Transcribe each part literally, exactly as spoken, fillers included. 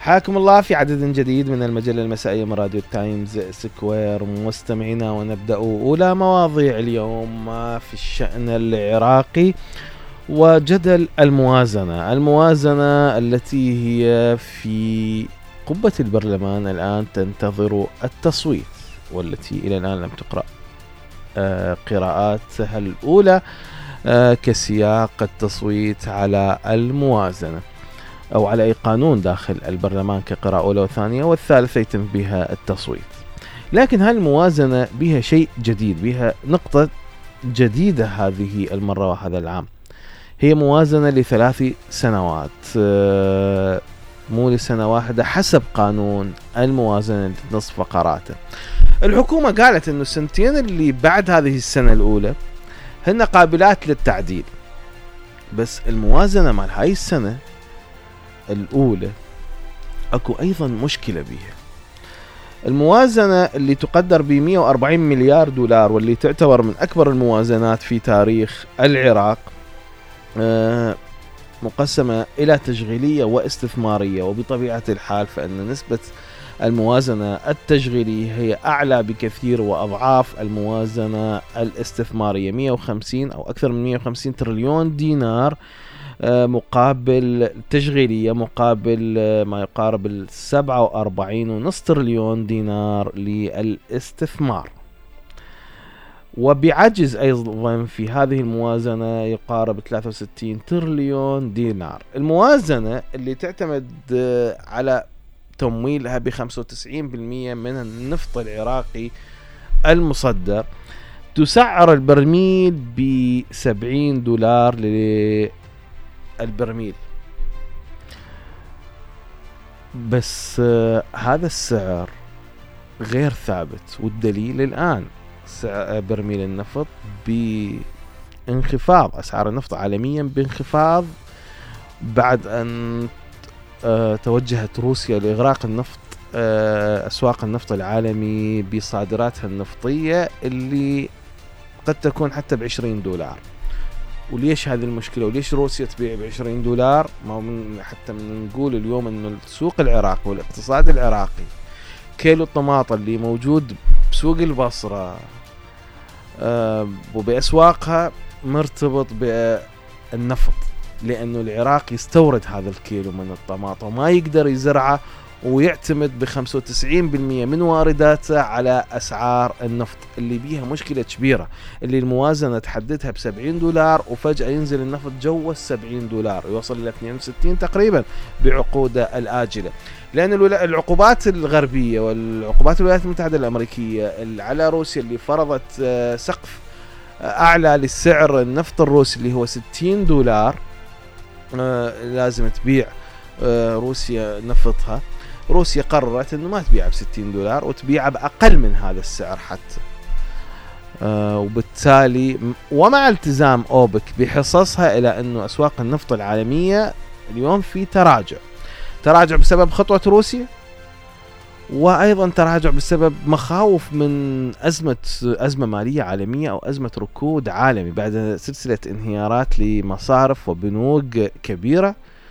حياكم الله في عدد جديد من المجلة المسائية من راديو تايمز سكوير مستمعينا، ونبدأ أولى مواضيع اليوم في الشأن العراقي وجدل الموازنة الموازنة التي هي في قبة البرلمان الآن تنتظر التصويت، والتي إلى الآن لم تقرأ قراءاتها الأولى كسياق التصويت على الموازنة أو على أي قانون داخل البرلمان كقراءة أولى وثانية، والثالثة يتم بها التصويت. لكن هالموازنة بها شيء جديد، بها نقطة جديدة هذه المرة وهذا العام. هي موازنة لثلاث سنوات مو لسنة واحدة حسب قانون الموازنة نصف فقراته. الحكومة قالت إنه السنتين اللي بعد هذه السنة الأولى هن قابلات للتعديل، بس الموازنة مع هاي السنة الأولى أكو أيضا مشكلة بها. الموازنة اللي تقدر ب مئة وأربعين مليار دولار واللي تعتبر من أكبر الموازنات في تاريخ العراق مقسمة إلى تشغيلية واستثمارية، وبطبيعة الحال فإن نسبة الموازنة التشغيلية هي أعلى بكثير وأضعاف الموازنة الاستثمارية. مئة وخمسين أو أكثر من مئة وخمسين تريليون دينار مقابل تشغيلية مقابل ما يقارب سبعة وأربعين ونصف تريليون دينار للاستثمار، وبعجز أيضا في هذه الموازنة يقارب ثلاثة وستين تريليون دينار. الموازنة اللي تعتمد على تمويلها ب خمسة وتسعين بالمئة من النفط العراقي المصدر تسعر البرميل ب سبعين دولار للبرميل، بس هذا السعر غير ثابت، والدليل الآن سعر برميل النفط بانخفاض، أسعار النفط عالميا بانخفاض بعد أن توجهت روسيا لإغراق النفط أسواق النفط العالمي بصادراتها النفطية اللي قد تكون حتى بعشرين دولار. وليش هذه المشكلة؟ وليش روسيا تبيع بعشرين دولار؟ ما من حتى من نقول اليوم أنه السوق العراقي والاقتصاد العراقي كيلو الطماطم اللي موجود بسوق البصرة وبأسواقها مرتبط بالنفط، لأنه العراق يستورد هذا الكيلو من الطماطم وما يقدر يزرعه، ويعتمد ب خمسة وتسعين بالمئة من وارداته على أسعار النفط اللي بيها مشكلة كبيرة، اللي الموازنة تحددها ب سبعين دولار وفجأة ينزل النفط جوا السبعين دولار، يوصل إلى اثنين وستين تقريبا بعقوده الآجلة. لأن العقوبات الغربية والعقوبات الولايات المتحدة الأمريكية على روسيا اللي فرضت سقف أعلى للسعر النفط الروسي اللي هو ستين دولار، لازم تبيع روسيا نفطها. روسيا قررت انه ما تبيعه بستين دولار وتبيعه باقل من هذا السعر حتى، آه وبالتالي ومع التزام اوبك بحصصها الى انه اسواق النفط العالمية اليوم في تراجع تراجع بسبب خطوة روسيا، وايضا تراجع بسبب مخاوف من ازمة ازمة مالية عالمية او ازمة ركود عالمي بعد سلسلة انهيارات لمصارف وبنوك كبيرة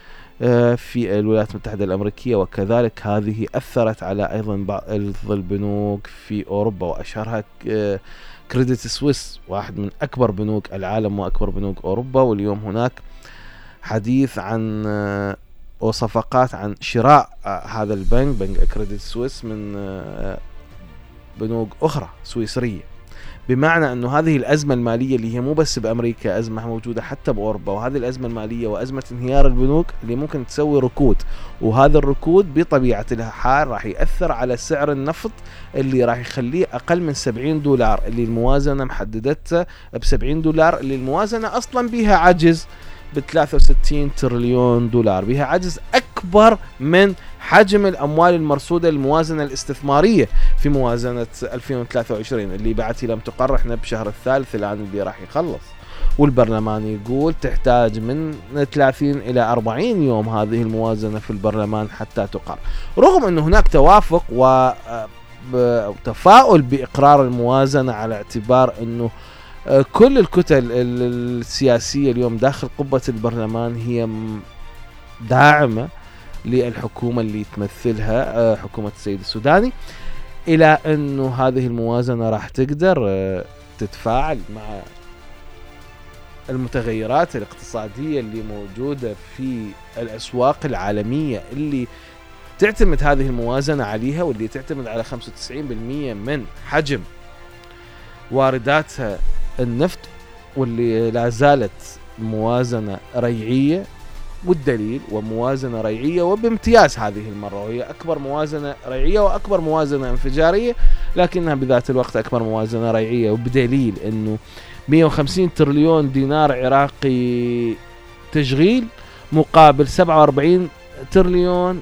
في الولايات المتحدة الأمريكية، وكذلك هذه أثرت على أيضا بعض البنوك في أوروبا، وأشهرها كريديت سويس، واحد من أكبر بنوك العالم وأكبر بنوك أوروبا. واليوم هناك حديث عن وصفقات عن شراء هذا البنك بنك كريديت سويس من بنوك أخرى سويسرية، بمعنى أنه هذه الأزمة المالية اللي هي مو بس بأمريكا، أزمة موجودة حتى بأوروبا، وهذه الأزمة المالية وأزمة انهيار البنوك اللي ممكن تسوي ركود، وهذا الركود بطبيعة الحال راح يأثر على سعر النفط اللي راح يخليه أقل من سبعين دولار، اللي الموازنة محددته بسبعين دولار، اللي الموازنة أصلا بها عجز ب ثلاثة وستين تريليون دولار، بها عجز أكبر من حجم الأموال المرصودة للموازنة الاستثمارية في موازنة ألفين وثلاثة وعشرين اللي بعتي لم تقر. احنا بشهر الثالث الآن اللي راح يخلص، والبرلمان يقول تحتاج من ثلاثين إلى أربعين يوم هذه الموازنة في البرلمان حتى تقر، رغم أن هناك توافق وتفاؤل بإقرار الموازنة على اعتبار أنه كل الكتل السياسية اليوم داخل قبة البرلمان هي داعمة للحكومة اللي تمثلها حكومة السيد السوداني، إلى أنه هذه الموازنة راح تقدر تتفاعل مع المتغيرات الاقتصادية اللي موجودة في الأسواق العالمية اللي تعتمد هذه الموازنة عليها، واللي تعتمد على خمسة وتسعين بالمئة من حجم وارداتها النفط، واللي لا زالت موازنة ريعية. والدليل وموازنة ريعية وبامتياز هذه المرة، وهي أكبر موازنة ريعية وأكبر موازنة انفجارية، لكنها بذات الوقت أكبر موازنة ريعية، وبدليل أنه مئة وخمسين تريليون دينار عراقي تشغيل مقابل سبعة وأربعين تريليون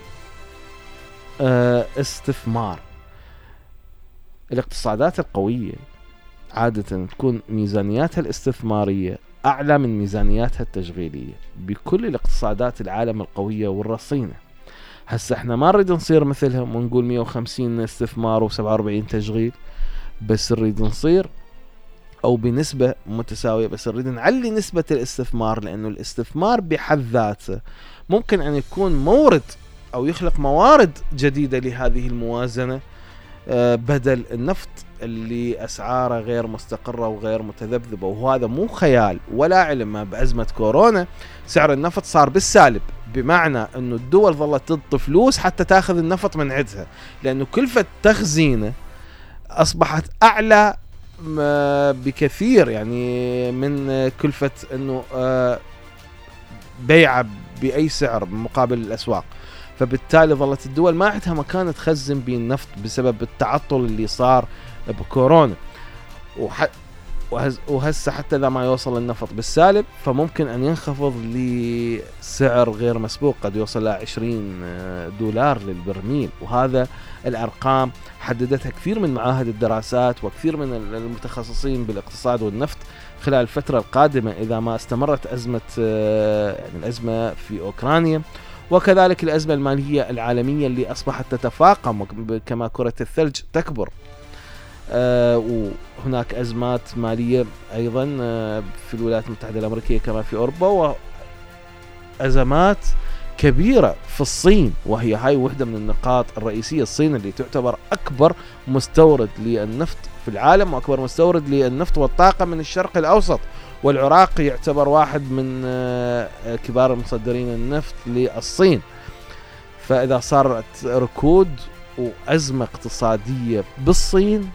استثمار. الاقتصادات القوية عادة تكون ميزانياتها الاستثمارية أعلى من ميزانياتها التشغيلية بكل الاقتصادات العالم القوية والرصينة. هسا احنا ما نريد نصير مثلهم ونقول مئة وخمسين استثمار و سبعة وأربعين تشغيل، بس نريد نصير أو بنسبة متساوية، بس نريد نعلي نسبة الاستثمار، لأنه الاستثمار بحد ذاته ممكن أن يكون مورد أو يخلق موارد جديدة لهذه الموازنة بدل النفط اللي أسعاره غير مستقرة وغير متذبذبة. وهذا مو خيال ولا علم، بأزمة كورونا سعر النفط صار بالسالب، بمعنى أنه الدول ظلت تضط فلوس حتى تاخذ النفط من عندها، لأنه كلفة تخزينه أصبحت أعلى بكثير يعني من كلفة أنه بيعه بأي سعر مقابل الأسواق. فبالتالي ظلت الدول ما عندها مكان تخزن به النفط بسبب التعطل اللي صار بكورونا. وح... وهز... وهسه حتى إذا ما يوصل النفط بالسالب فممكن أن ينخفض لسعر غير مسبوق، قد يوصل إلى عشرين دولار للبرميل. وهذا الأرقام حددتها كثير من معاهد الدراسات وكثير من المتخصصين بالاقتصاد والنفط خلال الفترة القادمة إذا ما استمرت أزمة يعني الأزمة في أوكرانيا، وكذلك الأزمة المالية العالمية اللي أصبحت تتفاقم كما كرة الثلج تكبر. آه وهناك أزمات مالية أيضا آه في الولايات المتحدة الأمريكية كما في أوروبا، وأزمات كبيرة في الصين، وهي هاي وحدة من النقاط الرئيسية. الصين اللي تعتبر أكبر مستورد للنفط في العالم وأكبر مستورد للنفط والطاقة من الشرق الأوسط، والعراق يعتبر واحد من كبار المصدرين النفط للصين. فإذا صارت ركود وأزمة اقتصادية بالصين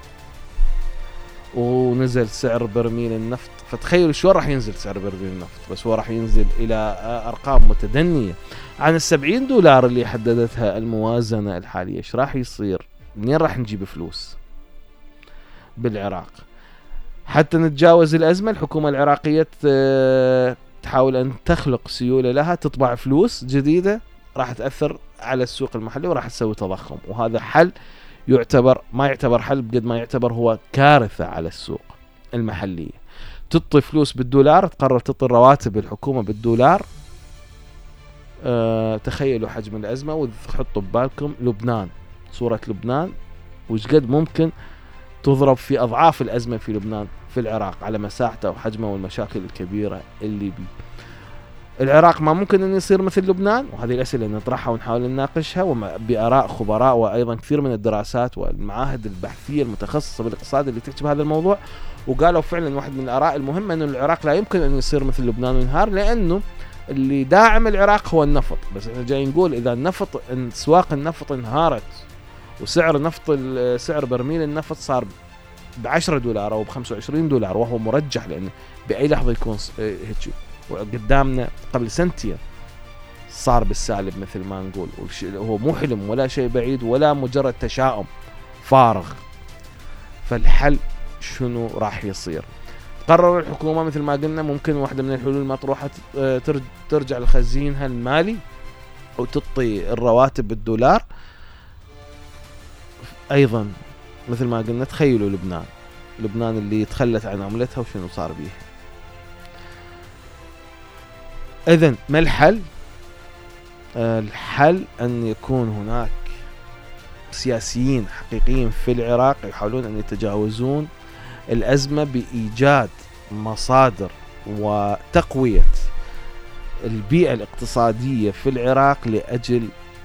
ونزل سعر برميل النفط، فتخيلوا شو راح ينزل سعر برميل النفط، بس هو راح ينزل إلى أرقام متدنية عن السبعين دولار اللي حددتها الموازنة الحالية. ايش راح يصير؟ منين راح نجيب فلوس بالعراق حتى نتجاوز الأزمة؟ الحكومة العراقية تحاول أن تخلق سيولة لها، تطبع فلوس جديدة راح تأثر على السوق المحلي وراح تسوي تضخم، وهذا حل يعتبر ما يعتبر حل بقد ما يعتبر هو كارثة على السوق المحلية. تعطي فلوس بالدولار، تقرر تعطي رواتب الحكومة بالدولار. أه تخيلوا حجم الأزمة، وحطوا ببالكم لبنان، صورة لبنان وش قد ممكن تضرب في أضعاف الأزمة في لبنان في العراق على مساحته وحجمه والمشاكل الكبيرة اللي بي. العراق ما ممكن أن يصير مثل لبنان، وهذه الأسئلة نطرحها ونحاول نناقشها بآراء خبراء وأيضا كثير من الدراسات والمعاهد البحثية المتخصصة بالاقتصاد اللي تكتب هذا الموضوع، وقالوا فعلا واحد من الآراء المهمة أنه العراق لا يمكن أن يصير مثل لبنان وينهار، لأنه اللي داعم العراق هو النفط. بس احنا جاي نقول إذا النفط سواق النفط انهارت وسعر نفط سعر برميل النفط صار بعشرة دولار أو بخمسة وعشرين دولار، وهو مرجح لأنه بأي لحظة يكون هيك، وقدامنا قبل سنتين صار بالسالب مثل ما نقول، هو مو حلم ولا شيء بعيد ولا مجرد تشاؤم فارغ. فالحل شنو راح يصير؟ قرر الحكومة مثل ما قلنا ممكن واحدة من الحلول المطروحة ترجع لخزينها المالي وتعطي الرواتب بالدولار. أيضا مثل ما قلنا تخيلوا لبنان لبنان اللي تخلت عن عملتها وشنو صار بيه. إذن ما الحل؟ آه الحل أن يكون هناك سياسيين حقيقيين في العراق يحاولون أن يتجاوزون الأزمة بإيجاد مصادر وتقوية البيئة الاقتصادية في العراق لأجل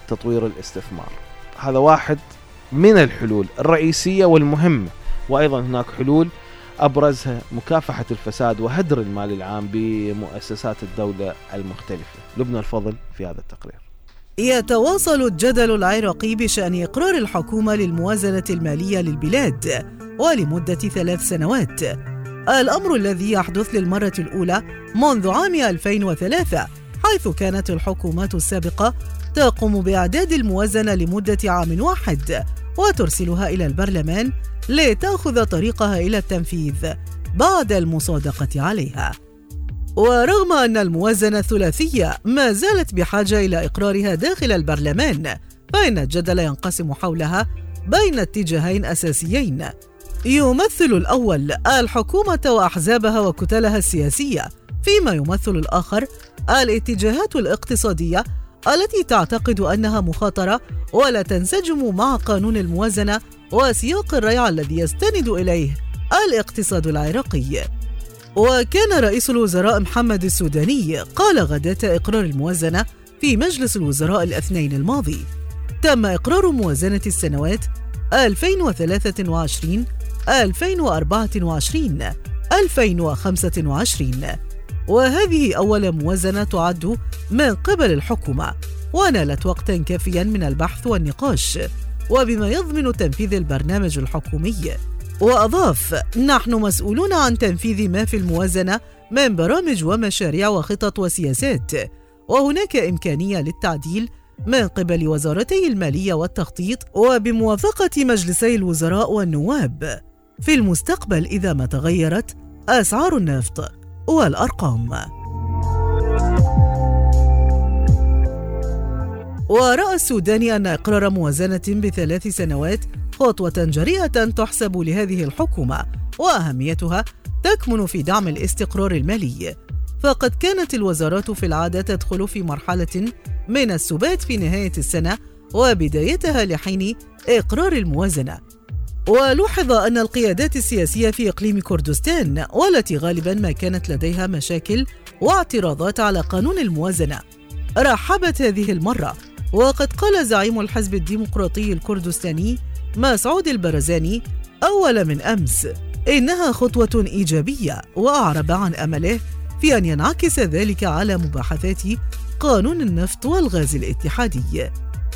تطوير الاستثمار. هذا واحد من الحلول الرئيسية والمهمة. وأيضا هناك حلول أبرزها مكافحة الفساد وهدر المال العام بمؤسسات الدولة المختلفة. لبنى الفضل في هذا التقرير. يتواصل الجدل العراقي بشأن إقرار الحكومة للموازنة المالية للبلاد ولمدة ثلاث سنوات، الأمر الذي يحدث للمرة الأولى منذ عام ألفين وثلاثة، حيث كانت الحكومات السابقة تقوم بإعداد الموازنة لمدة عام واحد وترسلها إلى البرلمان لتأخذ طريقها إلى التنفيذ بعد المصادقة عليها. ورغم أن الموازنة الثلاثية ما زالت بحاجة إلى إقرارها داخل البرلمان، فإن الجدل ينقسم حولها بين اتجاهين أساسيين يمثل الأول الحكومة وأحزابها وكتلها السياسية، فيما يمثل الآخر الاتجاهات الاقتصادية التي تعتقد أنها مخاطرة ولا تنسجم مع قانون الموازنة وسياق الريع الذي يستند إليه الاقتصاد العراقي. وكان رئيس الوزراء محمد السوداني قال غداة إقرار الموازنة في مجلس الوزراء الاثنين الماضي: تم إقرار موازنة السنوات ألفين وثلاثة وعشرين ألفين وأربعة وعشرين ألفين وخمسة وعشرين، وهذه أول موازنة تعد من قبل الحكومة، ونالت وقتا كافيا من البحث والنقاش وبما يضمن تنفيذ البرنامج الحكومي. وأضاف: نحن مسؤولون عن تنفيذ ما في الموازنة من برامج ومشاريع وخطط وسياسات، وهناك إمكانية للتعديل من قبل وزارتي المالية والتخطيط وبموافقة مجلسي الوزراء والنواب في المستقبل إذا ما تغيرت أسعار النفط والأرقام. ورأى السوداني أن إقرار موازنة بثلاث سنوات خطوة جريئة تحسب لهذه الحكومة، وأهميتها تكمن في دعم الاستقرار المالي، فقد كانت الوزارات في العادة تدخل في مرحلة من السبات في نهاية السنة وبدايتها لحين إقرار الموازنة. ولوحظ أن القيادات السياسية في إقليم كردستان، والتي غالباً ما كانت لديها مشاكل واعتراضات على قانون الموازنة، رحبت هذه المرة. وقد قال زعيم الحزب الديمقراطي الكردستاني مسعود البرزاني أول من أمس إنها خطوة إيجابية، وأعرب عن أمله في أن ينعكس ذلك على مباحثات قانون النفط والغاز الاتحادي.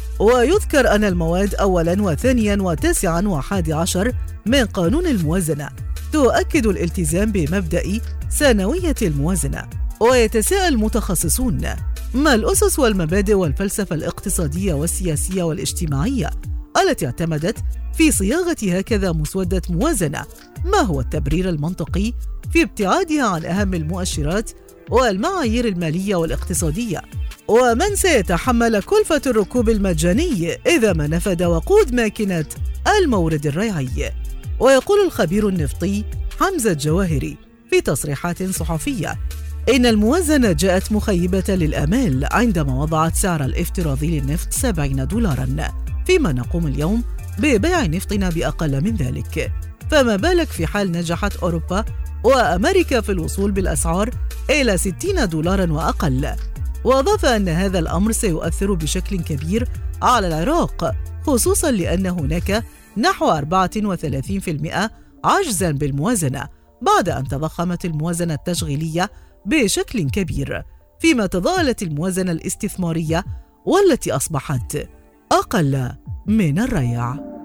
ويذكر أن المواد أولاً وثانياً وتاسعاً وحادي عشر من قانون الموازنة تؤكد الالتزام بمبدأ سنوية الموازنة. ويتساءل المتخصصون: ما الأسس والمبادئ والفلسفة الاقتصادية والسياسية والاجتماعية التي اعتمدت في صياغة هكذا مسودة موازنة؟ ما هو التبرير المنطقي في ابتعادها عن أهم المؤشرات والمعايير المالية والاقتصادية؟ ومن سيتحمل كلفة الركوب المجاني إذا ما نفد وقود ماكينة المورد الريعي؟ ويقول الخبير النفطي حمزة الجواهري في تصريحات صحفية إن الموازنة جاءت مخيبة للآمال عندما وضعت سعر الافتراضي للنفط سبعين دولاراً، فيما نقوم اليوم ببيع نفطنا بأقل من ذلك، فما بالك في حال نجحت أوروبا وأمريكا في الوصول بالأسعار إلى ستين دولاراً وأقل. وأضاف أن هذا الأمر سيؤثر بشكل كبير على العراق، خصوصاً لأن هناك نحو أربعة وثلاثين بالمئة عجزاً بالموازنة بعد أن تضخمت الموازنة التشغيلية بشكل كبير، فيما تضاءلت الموازنة الاستثمارية والتي أصبحت أقل من الريع.